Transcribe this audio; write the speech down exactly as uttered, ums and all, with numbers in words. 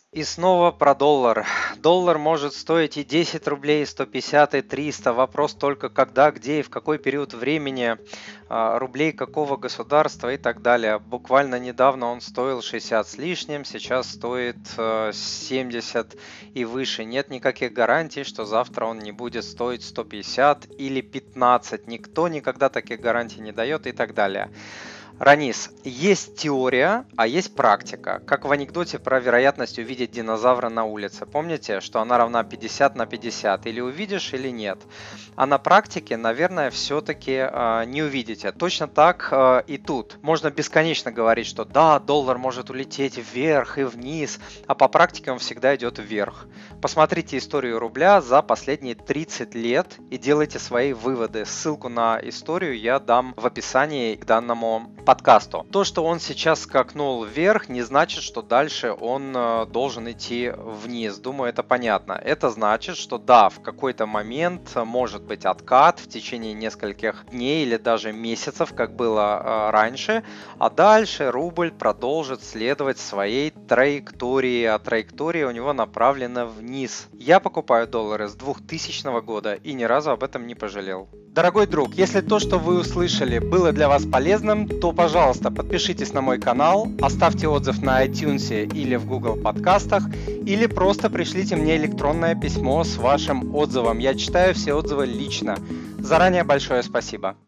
И снова про доллар. Доллар может стоить и десять рублей, и сто пятьдесят, и триста. Вопрос только когда, где и в какой период времени, а, рублей какого государства и так далее. Буквально недавно он стоил шестьдесят с лишним, сейчас стоит э, семьдесят и выше. Нет никаких гарантий, что завтра он не будет стоить сто пятьдесят или пятнадцать. Никто никогда таких гарантий не дает и так далее. Ранис, есть теория, а есть практика. Как в анекдоте про вероятность увидеть динозавра на улице. Помните, что она равна пятьдесят на пятьдесят? Или увидишь, или нет. А на практике, наверное, все-таки э, не увидите. Точно так э, и тут. Можно бесконечно говорить, что да, доллар может улететь вверх и вниз, а по практике он всегда идет вверх. Посмотрите историю рубля за последние тридцать лет и делайте свои выводы. Ссылку на историю я дам в описании к данному подкасту. То, что он сейчас скакнул вверх, не значит, что дальше он э, должен идти вниз. Думаю, это понятно. Это значит, что да, в какой-то момент может быть откат в течение нескольких дней или даже месяцев, как было э, раньше, а дальше рубль продолжит следовать своей траектории, а траектория у него направлена вниз. Я покупаю доллары с двухтысячного года и ни разу об этом не пожалел. Дорогой друг, если то, что вы услышали, было для вас полезным, то, пожалуйста, подпишитесь на мой канал, оставьте отзыв на iTunes или в Google подкастах, или просто пришлите мне электронное письмо с вашим отзывом. Я читаю все отзывы лично. Заранее большое спасибо.